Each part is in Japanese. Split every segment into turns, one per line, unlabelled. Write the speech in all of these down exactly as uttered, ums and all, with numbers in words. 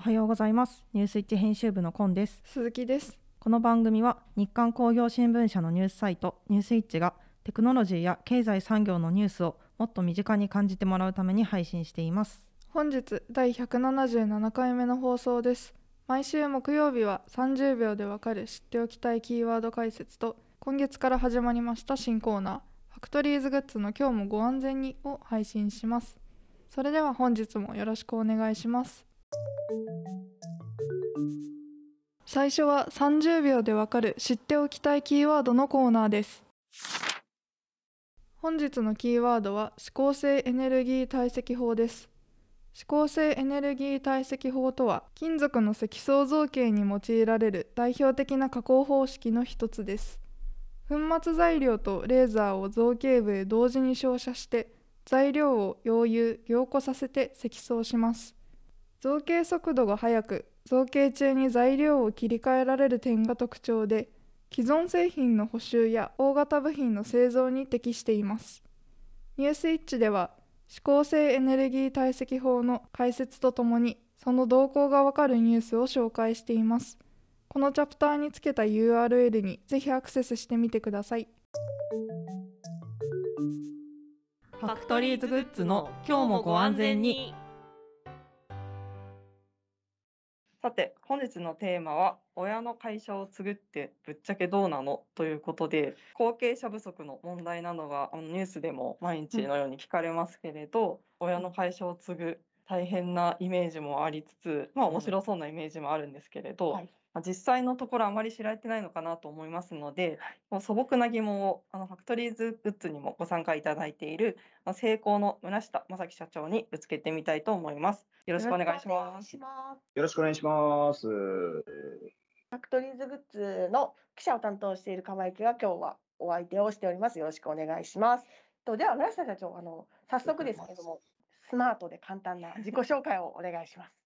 はようございます。ニュースイッチ編集部のコンです。
鈴木です。
この番組は日刊工業新聞社のニュースサイトニュースイッチがテクノロジーや経済産業のニュースをもっと身近に感じてもらうために配信しています。
本日だいひゃくななじゅうななかいめの放送です。毎週木曜日はさんじゅうびょうでわかる知っておきたいキーワード解説と、今月から始まりました新コーナーファクトリーズグッズの今日もご安全にを配信します。それでは本日もよろしくお願いします。最初はさんじゅうびょうでわかる知っておきたいキーワードのコーナーです。本日のキーワードは指向性エネルギー堆積法です。指向性エネルギー堆積法とは、金属の積層造形に用いられる代表的な加工方式の一つです。粉末材料とレーザーを造形部へ同時に照射して、材料を溶融・凝固させて積層します。造形速度が速く、造形中に材料を切り替えられる点が特徴で、既存製品の補修や大型部品の製造に適しています。ニュースイッチでは、指向性エネルギー堆積法の解説とともに、その動向がわかるニュースを紹介しています。このチャプターにつけた ユーアールエル にぜひアクセスしてみてください。
ファクトリーズグッズの今日もご安全に。
さて、本日のテーマは親の会社を継ぐってぶっちゃけどうなのということで、後継者不足の問題などがあのニュースでも毎日のように聞かれますけれど、うん、親の会社を継ぐ大変なイメージもありつつ、まあ面白そうなイメージもあるんですけれど、はい、実際のところあまり知られてないのかなと思いますので、もう素朴な疑問をあのファクトリーズグッズにもご参加いただいているセイコーの村下正樹社長にぶつけてみたいと思います。よろしくお願いします。
よろしくお願いします。フ
ァクトリーズグッズの記者を担当している川池が今日はお相手をしております。よろしくお願いします。とでは村下社長、あの早速ですけども、スマートで簡単な自己紹介をお願いします。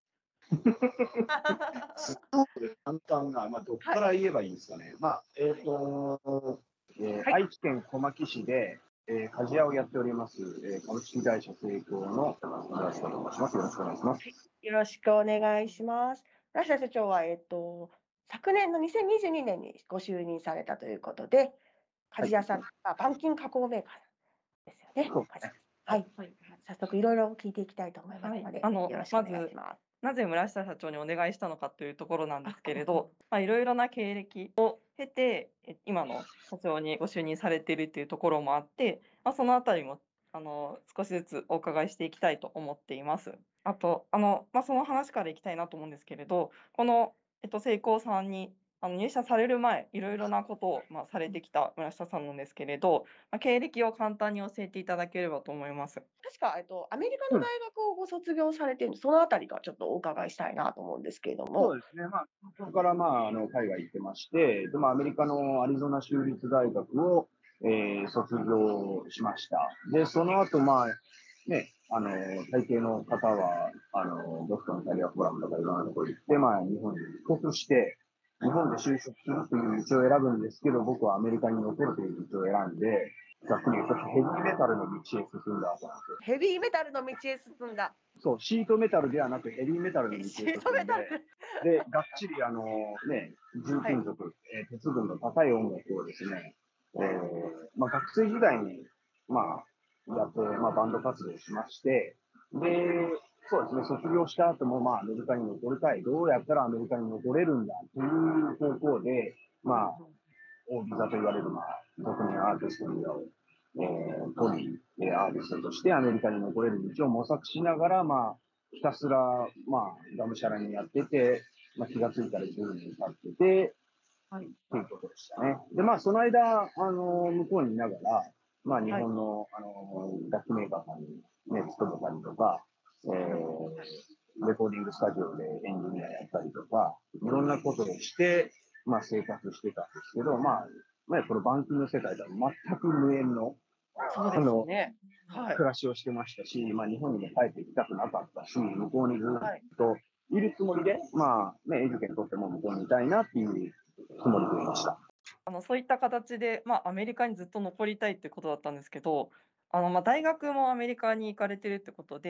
スマートで簡単な、まあ、どこから言えばいいんですかね。はい、まあ、えっ、ー、と、えーはい、愛知県小牧市で、えー、鍛冶屋をやっております、えー、株式会社セイコーの村下と申します。よろしくお願いします。
よろしくお願いします。村下社長は、えっ、ー、と、昨年のにせんにじゅうにねんにご就任されたということで、鍛冶屋さん、はい、板金加工メーカーですよね。
そう
ですね。はい、はい、早速いろいろ聞いていきたいと思いますので、はい、あのよろしくお願いします。
なぜ村下社長にお願いしたのかというところなんですけれど、まあ、いろいろな経歴を経て今の社長にご就任されているというところもあって、まあ、そのあたりもあの少しずつお伺いしていきたいと思っています。あとあの、まあ、その話からいきたいなと思うんですけれど、この、えっと、セイコーさんにあの入社される前、いろいろなことを、まあ、されてきた村下さんなんですけれど、まあ、経歴を簡単に教えていただければと思います。
確か、えっと、アメリカの大学をご卒業されている、うん、そのあたりがちょっとお伺いしたいなと思うんですけれども。
そうですね、まあ、そこから、まあ、あの海外行ってまして、でまあ、アメリカのアリゾナ州立大学を、えー、卒業しました。で、その後、まあ、ね、あの、大抵の方は、あの、ボストン、キャリアフォーラムとかいろんなところ行って、まあ、日本に帰国して、日本で就職するという道を選ぶんですけど、僕はアメリカに残るという道を選んで、ざっくり言うとヘビーメタルの道へ進んだわけなんですよ。
ヘビーメタルの道へ進んだ。
そう、シートメタルではなくヘビーメタルの道へ進んで、で、がっちり、あの、ね、重金属、はい、えー、鉄分の高い音楽をですね、えー、まあ、学生時代に、まあ、やって、まあ、バンド活動をしまして、で、そうですね、卒業した後も、まあ、アメリカに残りたい。どうやったらアメリカに残れるんだという方向で、まあ、大ビザと言われる、まあ、俗にアーティストビザを、えー、取り、えー、アーティストとしてアメリカに残れる道を模索しながら、まあ、ひたすら、まあ、がむしゃらにやってて、まあ、気がついたらじゅうねん経ってて、はい、ということでしたね。で、まあ、その間、あの、向こうにいながら、まあ、日本の、はい、あの、楽器メーカーさんにね、勤めたりとか、えー、レコーディングスタジオでエンジニアやったりとか、いろんなことをして、まあ、生活してたんですけど、まあ、まあ、この板金の世界では全く無縁の、
そうですね。
はい、暮らしをしてましたし、まあ、日本にも帰ってきたくなかったし、向こうにずっといるつもりで、はい、まあ、ね、エジュケにとっても向こうにいたいなっていうつもりでいました。
あのそういった形で、まあ、アメリカにずっと残りたいってことだったんですけど、あのまあ大学もアメリカに行かれてるってことで、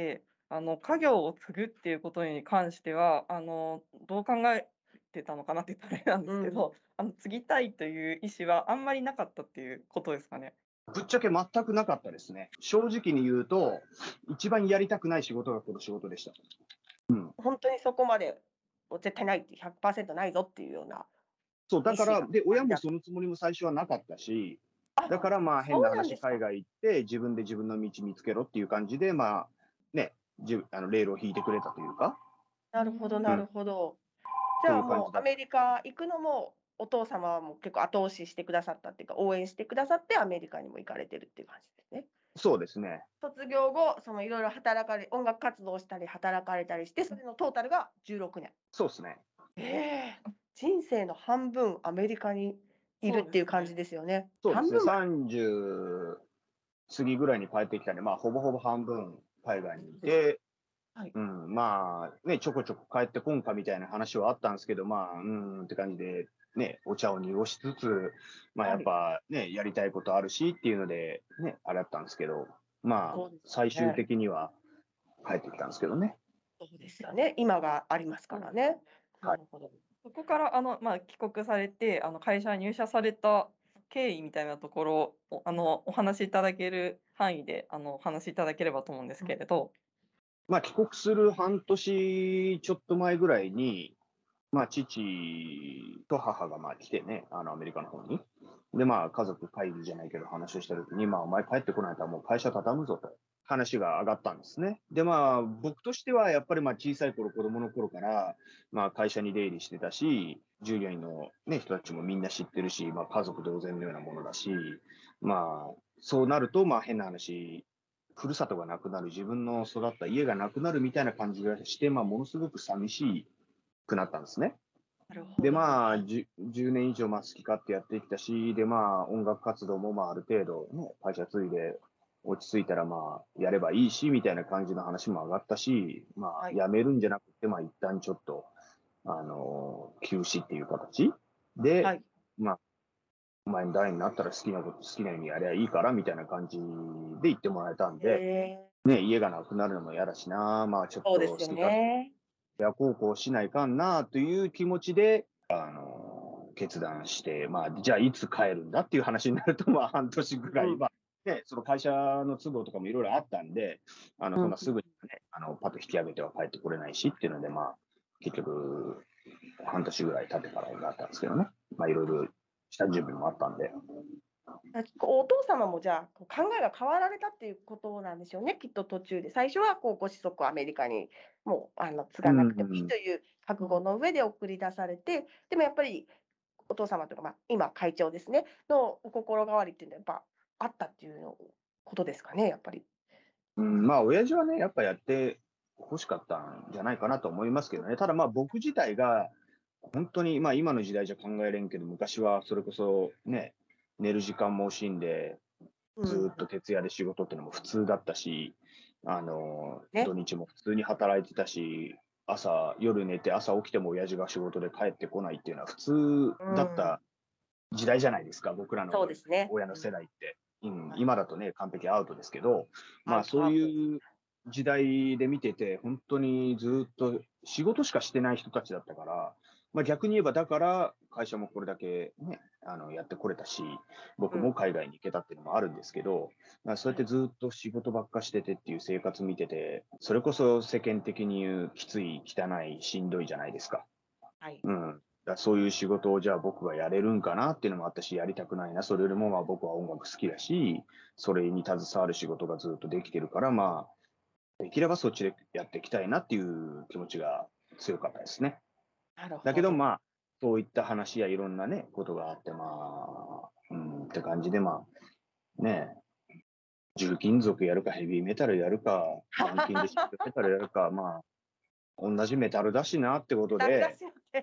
あの家業を継ぐっていうことに関してはあのどう考えてたのかなって言ったらあれなんですけど、
うん、
あの継ぎたいという意思はあんまりなかったっていうことですかね。
ぶっちゃけ全くなかったですね。正直に言うと、一番やりたくない仕事がこの仕事でした。うん。
本当にそこまで絶対ないってひゃくパーセントないぞっていうような
そう、だから、
意思が
で、親も
ありだ
そのつもりも最初はなかったし、
あ、
だからまあ変な話、
そうなんですか。
海外行って自分で自分の道見つけろっていう感じで、まあね、じゅあのレールを引いてくれたというか、
なるほど、
う、
なんるほど。じ
そう
ゃあ
いう感じだった。
もうアメリカ行くのも、お父様はもう結構後押ししてくださったっていうか、応援してくださってアメリカにも行かれてるっていう感じですね。
そうですね。
卒業後、そのいろいろ働かれ音楽活動をしたり働かれたりして、それのトータルがじゅうろくねん。
そうですね。
ええ、人生の半分アメリカにいる
そうですね。
っていう感じですよね。
そうですね。
半分
さんじゅう過ぎぐらいに帰ってきたんで、まあほぼほぼ半分海外にいて、
はい。
うん、まあね、ちょこちょこ帰ってこんかみたいな話はあったんですけど、まあ、うーんって感じで、ね、お茶を濁しつつ、まあやっぱね、やりたいことあるしっていうので、ね、あれだったんですけど、まあ
そうです
最終
ね。
的には帰ってきたんですけどね。
そうですよね。今がありますからね。
は
ないるほど。
そこからあの、まあ、帰国されてあの会社に入社された経緯みたいなところをあのお話しいただける範囲であのお話しいただければと思うんですけれど。
まあ帰国する半年ちょっと前ぐらいに、まあ父と母がまあ来てね、あのアメリカの方に。でまあ家族会議じゃないけど話をした時に、まあお前帰ってこないともう会社畳むぞと話が上がったんですね。でまあ僕としてはやっぱりまあ小さい頃、子供の頃からまあ会社に出入りしてたし、従業員のね、人たちもみんな知ってるし、まあ家族同然のようなものだし、まあそうなるとまあ変な話、ふるさとがなくなる、自分の育った家がなくなるみたいな感じがして、まあものすごく寂しくなったんですね。で、
なるほど。
まあ、10, じゅうねん以上まあ好き勝手やってきたし、で、まあ、音楽活動もまあある程度、ね、会社継いで落ち着いたらまあ、やればいいし、みたいな感じの話も上がったし、まあ、
はい。
やめるんじゃなくて、まあ、一旦ちょっと、あのー休止っていう形で、
はい。
まあ、お前の代になったら好きなこと、好きなようにやればいいから、みたいな感じで言ってもらえたんで、
え
ね、家がなくなるのも嫌だしな、まあ、ちょっ
そうですよ
と好き勝手
ね。
やこうこうしないかんなという気持ちで、あの決断して、まあ、じゃあいつ帰るんだっていう話になると、まあ、半年ぐらい、
うん。
まあね、その会社の都合とかもいろいろあったんで、あの
うん。
そんなすぐにね、あのパッと引き上げては帰ってこれないしっていうので、まあ、結局、半年ぐらい経ってからになったんですけどね、まあ、いろいろ下準備もあったんで。
あお父様もじゃあこう考えが変わられたっていうことなんでしょうね、きっと途中で。最初はこうご子息をアメリカにもうあの継
う
がなくてもいい
ん、
という覚悟の上で送り出されて、でもやっぱりお父様というか、まあ、今会長ですね、のお心変わりっていうのはやっぱあったっていうのことですかね、やっぱり。
うん、まあ、親父はね、やっぱやって欲しかったんじゃないかなと思いますけどね。ただまあ、僕自体が、本当に、まあ今の時代じゃ考えれんけど、昔はそれこそね、寝る時間も惜しんで、ず
うん。
ーっと徹夜で仕事っていうのも普通だったし、あの、
ね。
土日も普通に働いてたし、朝、夜寝て朝起きても親父が仕事で帰ってこないっていうのは普通
うん。
だった時代じゃないですか、僕ら
そう
の
ですね。
親の世代って。うん、
はい。
今だとね、完璧アウトですけど、ま
アウト、
あそう
アウト。
いう時代で見てて、本当にずーっと仕事しかしてない人たちだったから、まあ逆に言えばだから会社もこれだけね、あのやってこれたし、僕も
うん。
海外に行けたっていうのもあるんですけど、まあそうやって
はい。
ずっと仕事ばっかしててっていう生活見てて、それこそ世間的に言うきつい、汚い、しんどいじゃないですか。
はい。
うん。だからそういう仕事をじゃあ僕がやれるんかなっていうのもあったし、やりたくないな。それよりもまあ僕は音楽好きだし、それに携わる仕事がずっとできてるから、まあ、できればそっちでやっていきたいなっていう気持ちが強かったですね。
なる
だけど、
ほど。
まあ、そういった話やいろんなね、ことがあって、まあ、うん、って感じで、まあ、ね、重金属やるか、ヘビーメタルやるか、板金でシートメタルやるか、まあ、同じメタルだしなってことで、
ダメだしよって。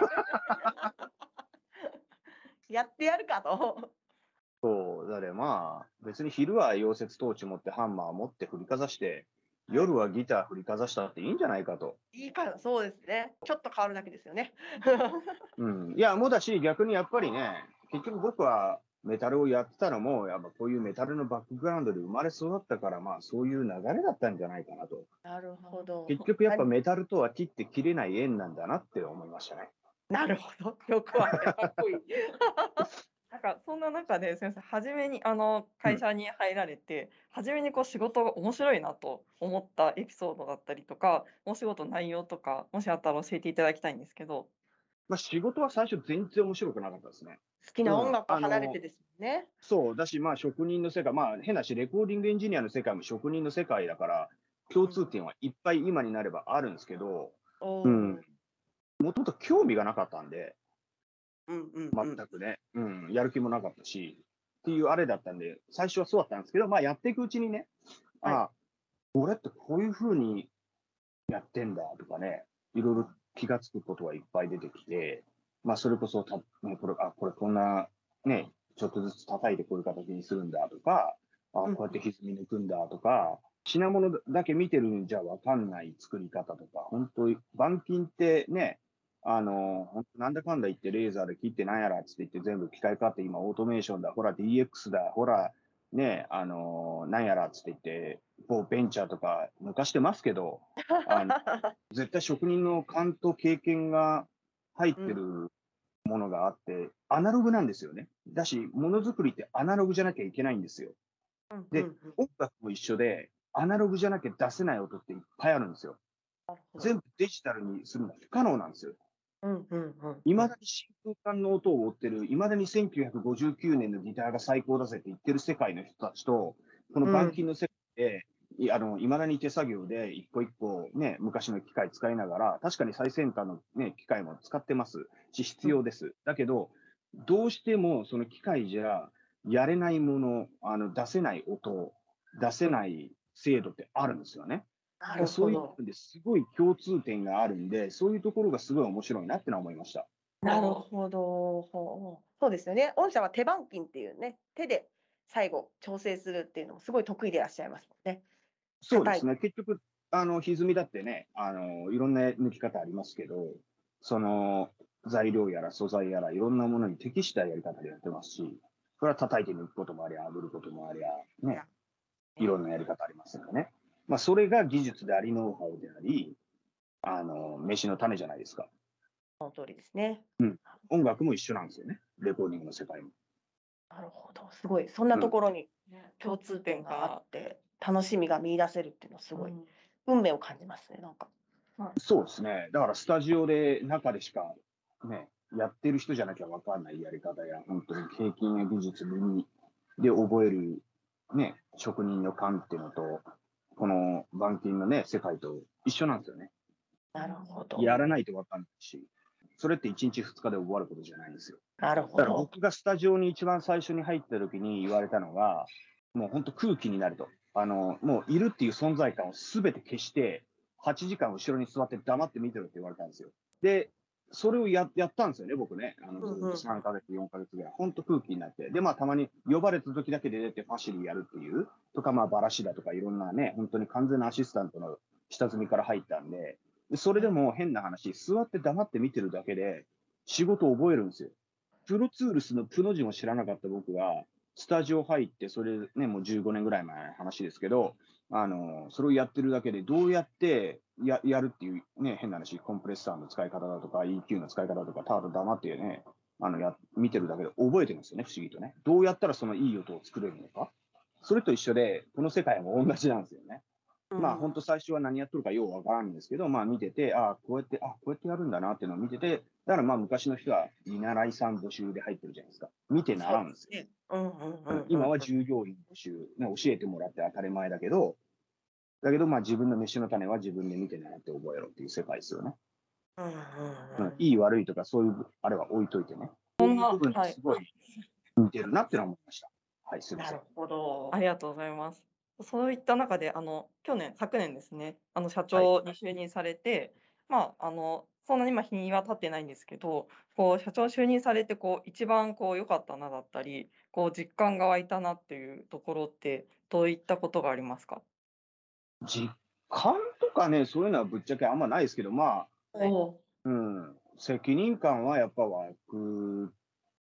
やってやるかと。
そう、だからまあ、別に昼は溶接トーチ持ってハンマー持って振りかざして、夜はギター振りかざしたっていいんじゃないかと。
いいか、そうですね。ちょっと変わるだけですよね。
うん。いや、もうだし、逆にやっぱりね、結局僕はメタルをやってたのも、やっぱこういうメタルのバックグラウンドで生まれ育ったから、まあそういう流れだったんじゃないかなと。
なるほど。
結局やっぱメタルとは切って切れない縁なんだなって思いましたね。
なるほど。よくわかる。かっこいい。
なんかそんな中で先生、初めにあの会社に入られて、初めにこう仕事が面白いなと思ったエピソードだったりとか、お仕事の内容とか、もしあったら教えていただきたいんですけど。
まあ仕事は最初全然面白くなかったですね。
好きな音
うん
楽を
あの
離れてですもんね。
そうだし、まあ職人の世界、まあ変なし、レコーディングエンジニアの世界も職人の世界だから、共通点はいっぱい今になればあるんですけど、
おー
うん、もともと興味がなかったんで、
うんうんうん。
全くね、うん、やる気もなかったし、っていうあれだったんで、最初はそうだったんですけど、まあやっていくうちにね、
はい
ああ、俺ってこういう風にやってんだとかね、いろいろ気がつくことがいっぱい出てきて、まあそれこそた、ね、これ、あ、これこんな、ね、ちょっとずつ叩いてこういう形にするんだとか、あ、こうやって歪み抜くんだとか、品物だけ見てるんじゃわかんない作り方とか、本当に、板金ってね、あの、本当なんだかんだ言ってレーザーで切ってなんやらっつって言って全部機械化って今オートメーションだ、ほら ディーエックス だ、ほら、ね、あの、なんやらっつって言って、某ベンチャーとか抜かしてますけど、あの絶対職人の勘と経験が入ってるものがあって、アナログなんですよね。だし、ものづくりってアナログじゃなきゃいけないんですよ。で、
うんうん
音楽も一緒で、アナログじゃなきゃ出せない音っていっぱいあるんですよ。全部デジタルにするのは不可能なんですよ。
うんうんうん。
いまだに真空管の音を追ってる、いまだにせんきゅうひゃくごじゅうきゅうねんのギターが最高だぜって言ってる世界の人たちと、この板金の世界で、いあの、いまだに手作業で一個一個ね、昔の機械使いながら、確かに最先端のね、機械も使ってますし、必要です。だけど、どうしてもその機械じゃやれないもの、あの、出せない音、出せない精度ってあるんですよね。
なる
そういう部
ほど。
分ですごい共通点があるんで、そういうところがすごい面白いなってのは思いました。
なるほど。ほうそうですよね。御社は手板金っていうね、手で最後調整するっていうのもすごい得意でいらっしゃいますもんね。
そうですね。結局、あの、歪みだってね、あの、いろんな抜き方ありますけど、その、材料やら素材やらいろんなものに適したやり方でやってますし、それは叩いて抜くこともありゃ、炙ることもありゃ、ね、いろんなやり方ありますんでね。まあ、それが技術であり、ノウハウであり、あの、飯の種じゃないですか。
その通りですね。
うん。音楽も一緒なんですよね。レコーディングの世界も。
なるほど。すごい。そんなところに共通点があって、楽しみが見出せるっていうのはすごい、運命を感じますね、なんか。
そうですね。だからスタジオで中でしかね、やってる人じゃなきゃわかんないやり方や、本当に経験や技術耳で覚えるね、職人の勘っていうのと、この板金のね、世界と一緒なんですよね。
なるほど。
やらないとわかんないし、それっていちにちふつかで終わることじゃないんですよ。
なるほ
だから
ど。
僕がスタジオに一番最初に入った時に言われたのが、もう本当空気になると。あの、もういるっていう存在感をすべて消して、はちじかん後ろに座って黙って見てるって言われたんですよ。で、それをややったんですよね、僕ね。あのずっとさんかげつ、よんかげつぐらい。本当空気になって。で、まあたまに呼ばれた時だけで出てファシリやるっていう、とかまあバラシだとかいろんなね、本当に完全なアシスタントの下積みから入ったんで、でそれでも変な話、座って黙って見てるだけで仕事を覚えるんですよ。プロツールスのプの字も知らなかった僕が、スタジオ入って、それね、もうじゅうごねんぐらい前の話ですけど、あの、それをやってるだけで、どうやってややるっていうね、変な話、コンプレッサーの使い方だとか、イーキュー の使い方とか、ただ黙ってね、あのや、見てるだけで覚えてるんですよね、不思議とね。どうやったらそのいい音を作れるのか。それと一緒で、この世界も同じなんですよね。まあ本当最初は何やっとるかようわからんんですけど、まあ見てて、ああ、こうやって、あこうやってやるんだなっていうのを見てて、だからまあ昔の人は見習いさん募集で入ってるじゃないですか。見て習うんですよ。
うんうんうんうん、
今は従業員募集、ね、教えてもらって当たり前だけど、だけどまあ自分の飯の種は自分で見て習って覚えろっていう世界ですよね。
うんうん
う、
うんん、
いい悪いとかそういうあれは置いといてね。
そんな
そういう部分ですごい似てるなってのは思いました。はい、すみません
なる。ほど。
ありがとうございます。そういった中で、あの、去年、昨年ですね、あの、社
はい
長に就任されて、まあ、あの、そんなに今日には経ってないんですけど、こう、社長就任されて、こう、一番こう、良かったなだったり、こう、実感が湧いたなっていうところって、どういったことがありますか？
実感とかね、そういうのはぶっちゃけあんまないですけど、まあ、
お
うん、責任感はやっぱ湧く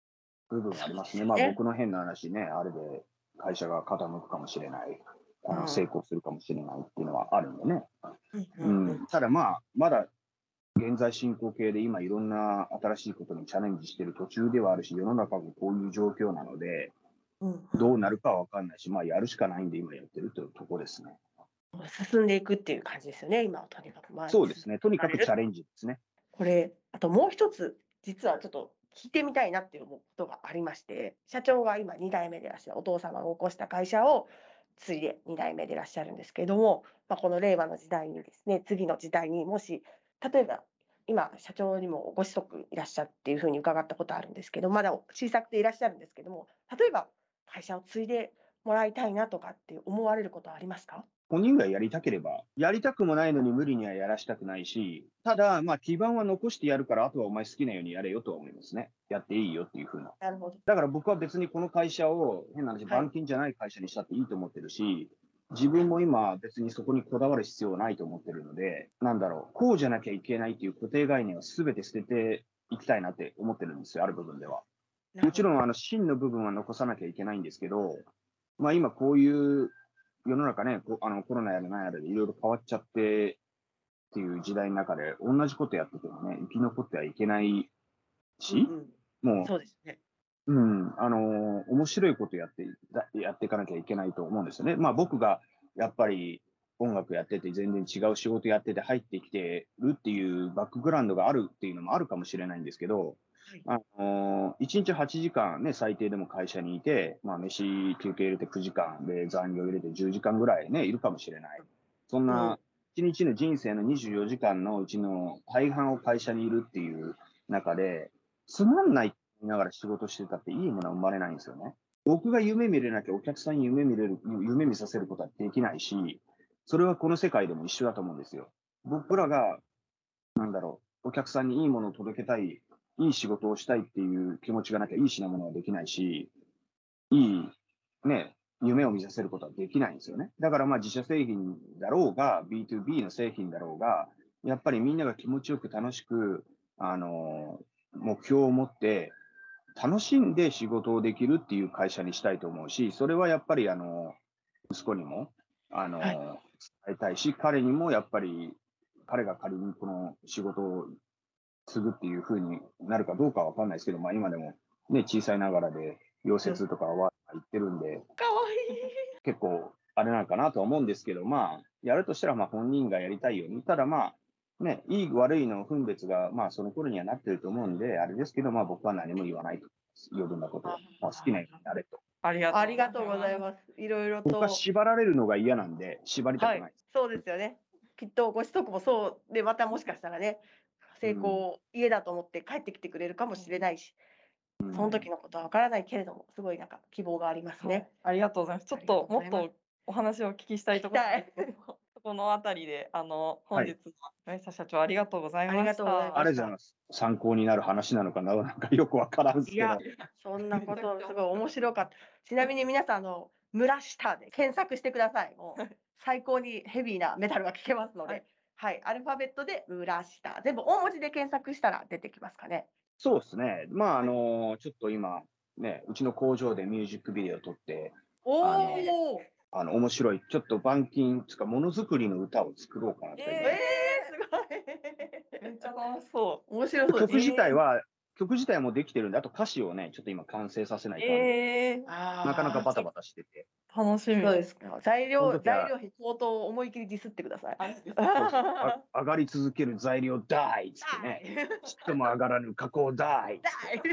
部分がありますね。まあ僕の変な話ね、あれで会社が傾くかもしれない、あの成功するかもしれないっていうのはあるんでね。うんうん、ただまあ、まだ現在進行形で今いろんな新しいことにチャレンジしている途中ではあるし、世の中もこういう状況なので、どうなるかは分かんないし、まあやるしかないんで今やってるというところですね。
進んでいくっていう感じですよね、今はとにかく前に。
そうですね、とにかくチャレンジですね。
これ、あともう一つ、実はちょっと聞いてみたいなっていうことがありまして、社長が今に代目でいらっしゃる、お父様が起こした会社を継いでに代目でいらっしゃるんですけれども、まあ、この令和の時代にですね、次の時代にもし、例えば今、社長にもご子息いらっしゃるっていうふうに伺ったことあるんですけど、まだ小さくていらっしゃるんですけども、例えば会社を継いでもらいたいなとかって思われることはありますか？
本人がやりたければ、やりたくもないのに無理にはやらしたくないし、ただ、まあ、基盤は残してやるから、あとはお前好きなようにやれよとは思いますね。やっていいよっていうふうな。
なるほど。
だから僕は別にこの会社を、変な話、板金じゃない会社にしたっていいと思ってるし、自分も今別にそこにこだわる必要はないと思ってるので、なんだろう、こうじゃなきゃいけないっていう固定概念を全て捨てていきたいなって思ってるんですよ、ある部分では。もちろん、あの、芯の部分は残さなきゃいけないんですけど、まあ今こういう世の中ね、あのコロナやらないやらでいろいろ変わっちゃってっていう時代の中で、同じことやっててもね、生き残ってはいけないし、うんうん、もう、
そうですね。
うん、あのー、面白いことやって、やっていかなきゃいけないと思うんですよね。まあ僕がやっぱり音楽やってて全然違う仕事やってて入ってきてるっていうバックグラウンドがあるっていうのもあるかもしれないんですけど、はい、あのー、いちにちはちじかんね、最低でも会社にいて、まあ飯休憩入れてくじかんで残業入れてじゅうじかんぐらいね、いるかもしれない。そんないちにちの人生のにじゅうよじかんのうちの大半を会社にいるっていう中で、つまんないって言いながら仕事してたっていいものは生まれないんですよね。僕が夢見れなきゃお客さんに夢見れる、夢見させることはできないし、それはこの世界でも一緒だと思うんですよ。僕らが、なんだろう、お客さんにいいものを届けたい、いい仕事をしたいっていう気持ちがなきゃいい品物はできないし、いい、ね、夢を見させることはできないんですよね。だからまあ自社製品だろうが、ビーツービー の製品だろうが、やっぱりみんなが気持ちよく楽しく、あの、目標を持って、楽しんで仕事をできるっていう会社にしたいと思うし、それはやっぱりあの、息子にも、あの、はい、伝えたいし、彼にもやっぱり、彼が仮にこの仕事を継ぐっていう風になるかどうかはわかんないですけど、まあ今でもね、小さいながらで溶接とかは言ってるんで、
かわいい。
結構あれなのかなとは思うんですけど、まあ、やるとしたらまあ本人がやりたいように、ただまあ、ね、いい悪いの分別が、まあその頃にはなってると思うんで、あれですけど、まあ僕は何も言わないと。余分なことを、まあ、好きなようになれと。
ありがとうございます。いろいろと。
僕は縛られるのが嫌なんで、縛りたくない、
はい。そうですよね。きっとご子息もそうで、またもしかしたらね、成功、うん、家だと思って帰ってきてくれるかもしれないし、うん、その時のことはわからないけれども、すごいなんか希望がありますね。
ありがとうございます。ちょっともっとお話をお聞きしたいところこのあたりで、あの、本日の森下社長、ありがとうございました。
ありがとうございました。
ありがとうございます。参考になる話なのかな、なんかよくわからんすけど。
いや、そんなこと、すごい面白かった。ちなみに皆さん、あの、村下で検索してください。もう最高にヘビーなメタルが聞けますので、はい、はい、アルファベットで村下、全部大文字で検索したら出てきますかね。
そうですね。まあ、あの、ちょっと今、ね、うちの工場でミュージックビデオを撮って、
お
あ
お。
あの面白い、ちょっと板金つかものづくりの歌を作ろうかなって。
えー、すごい。
めっちゃ楽しそう。
面白そう。
曲自体は、えー、曲自体はもうできてるんで、あと歌詞をね、ちょっと今完成させないと、えー、なかなかバタバタしてて。
楽しみ。
そうですか。材料、材料費高騰を思い切りディスってください。
上がり続ける材料大っつってね。ちっとも上がらぬ加工大。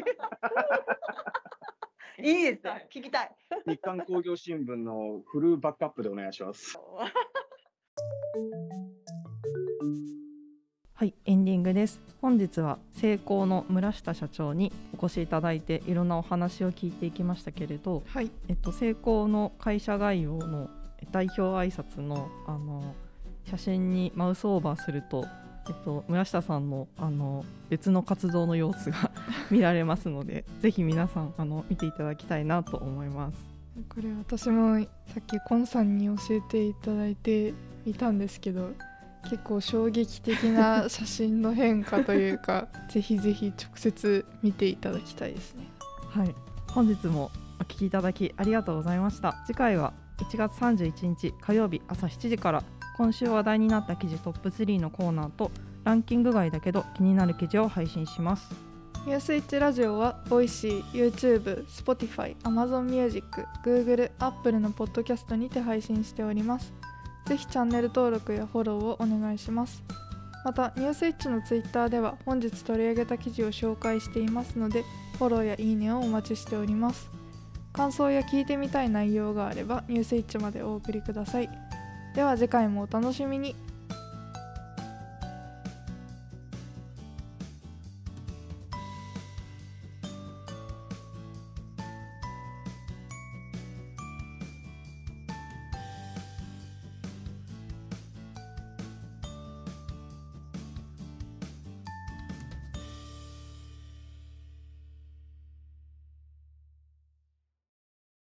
いいですね。聞きたい。
日刊工業新聞のフルバックアップでお願いします。
はい、エンディングです。本日は成功の村下社長にお越しいただいていろんなお話を聞いていきましたけれど、はい、えっと、成功の会社概要の代表挨拶のあの写真にマウスオーバーすると、えっと、村下さんの、あの別の活動の様子が見られますのでぜひ皆さんあの見ていただきたいなと思います。
これ私もさっきコンさんに教えていただいていたんですけど、結構衝撃的な写真の変化というかぜひぜひ直接見ていただきたいですね。
はい、 本日もお聞きいただきありがとうございました。次回はいちがつさんじゅういちにち火曜日朝しちじから今週話題になった記事トップスリーのコーナーとランキング外だけど気になる記事を配信します。
ニュースイッチラジオはボイシー、YouTube、Spotify、Amazon Music、Google、Apple のポッドキャストにて配信しております。ぜひチャンネル登録やフォローをお願いします。またニュースイッチの Twitter では本日取り上げた記事を紹介していますのでフォローやいいねをお待ちしております。感想や聞いてみたい内容があればニュースイッチまでお送りください。では次回もお楽しみに。